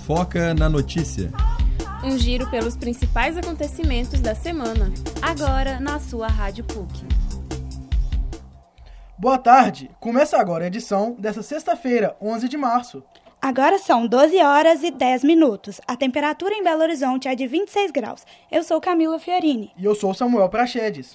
Foca na Notícia. Um giro pelos principais acontecimentos da semana. Agora na sua Rádio PUC. Boa tarde! Começa agora a edição desta sexta-feira, 11 de março. Agora são 12 horas e 10 minutos. A temperatura em Belo Horizonte é de 26 graus. Eu sou Camila Fiorini. E eu sou Samuel Prachedes.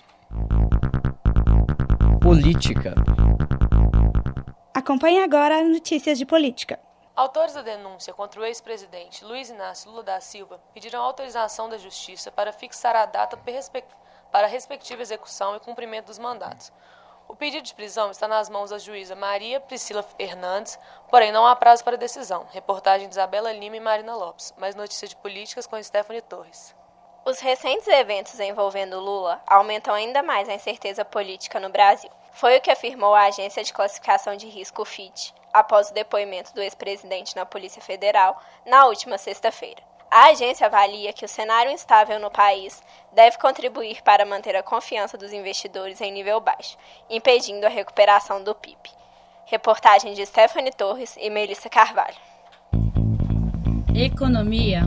Política. Acompanhe agora as notícias de política. Autores da denúncia contra o ex-presidente Luiz Inácio Lula da Silva pediram autorização da Justiça para fixar a data para a respectiva execução e cumprimento dos mandatos. O pedido de prisão está nas mãos da juíza Maria Priscila Hernandes, porém não há prazo para decisão. Reportagem de Isabela Lima e Marina Lopes. Mais notícias de políticas com Stephanie Torres. Os recentes eventos envolvendo Lula aumentam ainda mais a incerteza política no Brasil. Foi o que afirmou a Agência de Classificação de Risco Fitch, após o depoimento do ex-presidente na Polícia Federal na última sexta-feira. A agência avalia que o cenário instável no país deve contribuir para manter a confiança dos investidores em nível baixo, impedindo a recuperação do PIB. Reportagem de Stephanie Torres e Melissa Carvalho. Economia.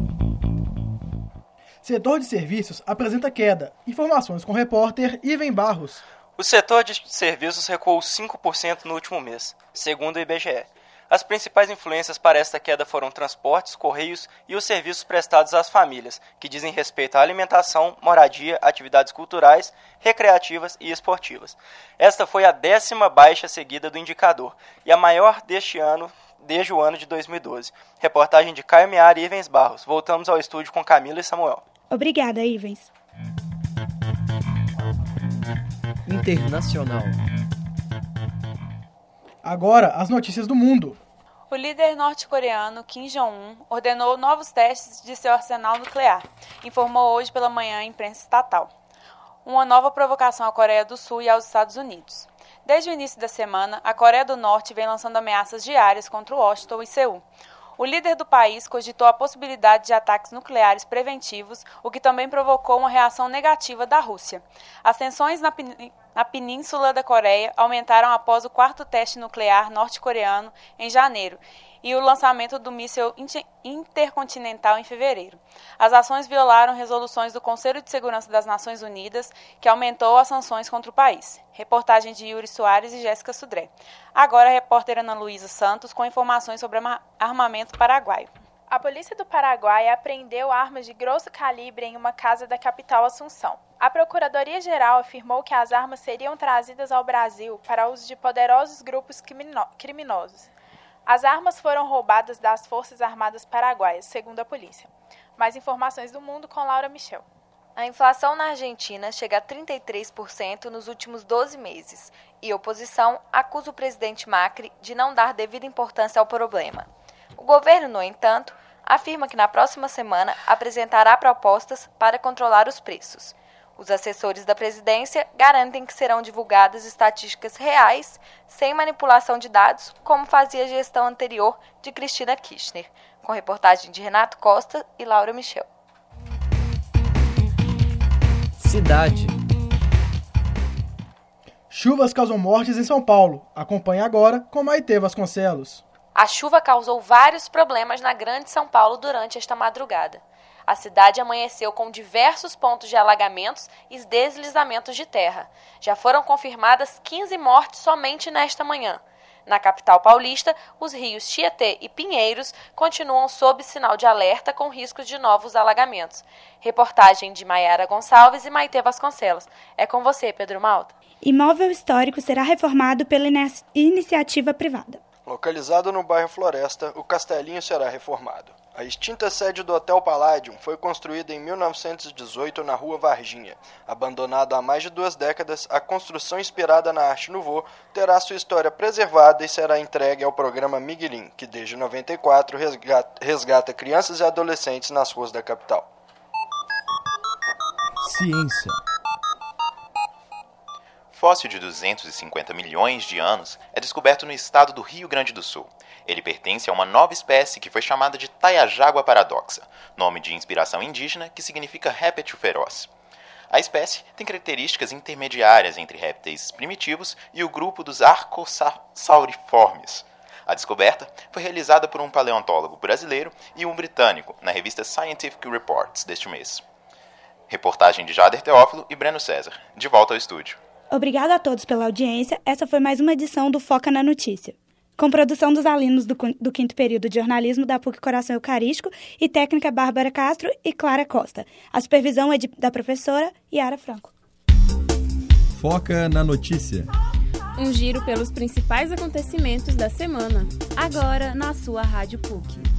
Setor de serviços apresenta queda. Informações com o repórter Ivan Barros. O setor de serviços recuou 5% no último mês, segundo o IBGE. As principais influências para esta queda foram transportes, correios e os serviços prestados às famílias, que dizem respeito à alimentação, moradia, atividades culturais, recreativas e esportivas. Esta foi a 10ª baixa seguida do indicador e a maior deste ano desde o ano de 2012. Reportagem de Caio Miara e Ivens Barros. Voltamos ao estúdio com Camila e Samuel. Obrigada, Ivens. Internacional. Agora, as notícias do mundo. O líder norte-coreano Kim Jong-un ordenou novos testes de seu arsenal nuclear, informou hoje pela manhã a imprensa estatal. Uma nova provocação à Coreia do Sul e aos Estados Unidos. Desde o início da semana, a Coreia do Norte vem lançando ameaças diárias contra Washington e Seul. O líder do país cogitou a possibilidade de ataques nucleares preventivos, o que também provocou uma reação negativa da Rússia. As tensões na península da Coreia aumentaram após o 4º teste nuclear norte-coreano em janeiro e o lançamento do míssil intercontinental em fevereiro. As ações violaram resoluções do Conselho de Segurança das Nações Unidas, que aumentou as sanções contra o país. Reportagem de Yuri Soares e Jéssica Sudré. Agora a repórter Ana Luísa Santos com informações sobre armamento paraguaio. A polícia do Paraguai apreendeu armas de grosso calibre em uma casa da capital Assunção. A Procuradoria-Geral afirmou que as armas seriam trazidas ao Brasil para uso de poderosos grupos criminosos. As armas foram roubadas das Forças Armadas Paraguaias, segundo a polícia. Mais informações do mundo com Laura Michel. A inflação na Argentina chega a 33% nos últimos 12 meses e a oposição acusa o presidente Macri de não dar devida importância ao problema. O governo, no entanto, afirma que na próxima semana apresentará propostas para controlar os preços. Os assessores da presidência garantem que serão divulgadas estatísticas reais, sem manipulação de dados, como fazia a gestão anterior de Cristina Kirchner. Com reportagem de Renato Costa e Laura Michel. Cidade. Chuvas causam mortes em São Paulo. Acompanhe agora com Maitê Vasconcelos. A chuva causou vários problemas na Grande São Paulo durante esta madrugada. A cidade amanheceu com diversos pontos de alagamentos e deslizamentos de terra. Já foram confirmadas 15 mortes somente nesta manhã. Na capital paulista, os rios Tietê e Pinheiros continuam sob sinal de alerta com riscos de novos alagamentos. Reportagem de Maiara Gonçalves e Maitê Vasconcelos. É com você, Pedro Malta. Imóvel histórico será reformado pela iniciativa privada. Localizado no bairro Floresta, o Castelinho será reformado. A extinta sede do Hotel Palladium foi construída em 1918 na Rua Varginha. Abandonada há mais de 2 décadas, a construção inspirada na arte nouveau terá sua história preservada e será entregue ao programa Miguelim, que desde 94 resgata crianças e adolescentes nas ruas da capital. Ciência. Fóssil de 250 milhões de anos é descoberto no estado do Rio Grande do Sul. Ele pertence a uma nova espécie que foi chamada de Taiajágua paradoxa, nome de inspiração indígena que significa réptil feroz. A espécie tem características intermediárias entre répteis primitivos e o grupo dos arcossauriformes. A descoberta foi realizada por um paleontólogo brasileiro e um britânico na revista Scientific Reports deste mês. Reportagem de Jader Teófilo e Breno César. De volta ao estúdio. Obrigada a todos pela audiência. Essa foi mais uma edição do Foca na Notícia, com produção dos alunos do 5º período de jornalismo da PUC Coração Eucarístico e técnica Bárbara Castro e Clara Costa. A supervisão é da professora Yara Franco. Foca na Notícia. Um giro pelos principais acontecimentos da semana, agora na sua Rádio PUC.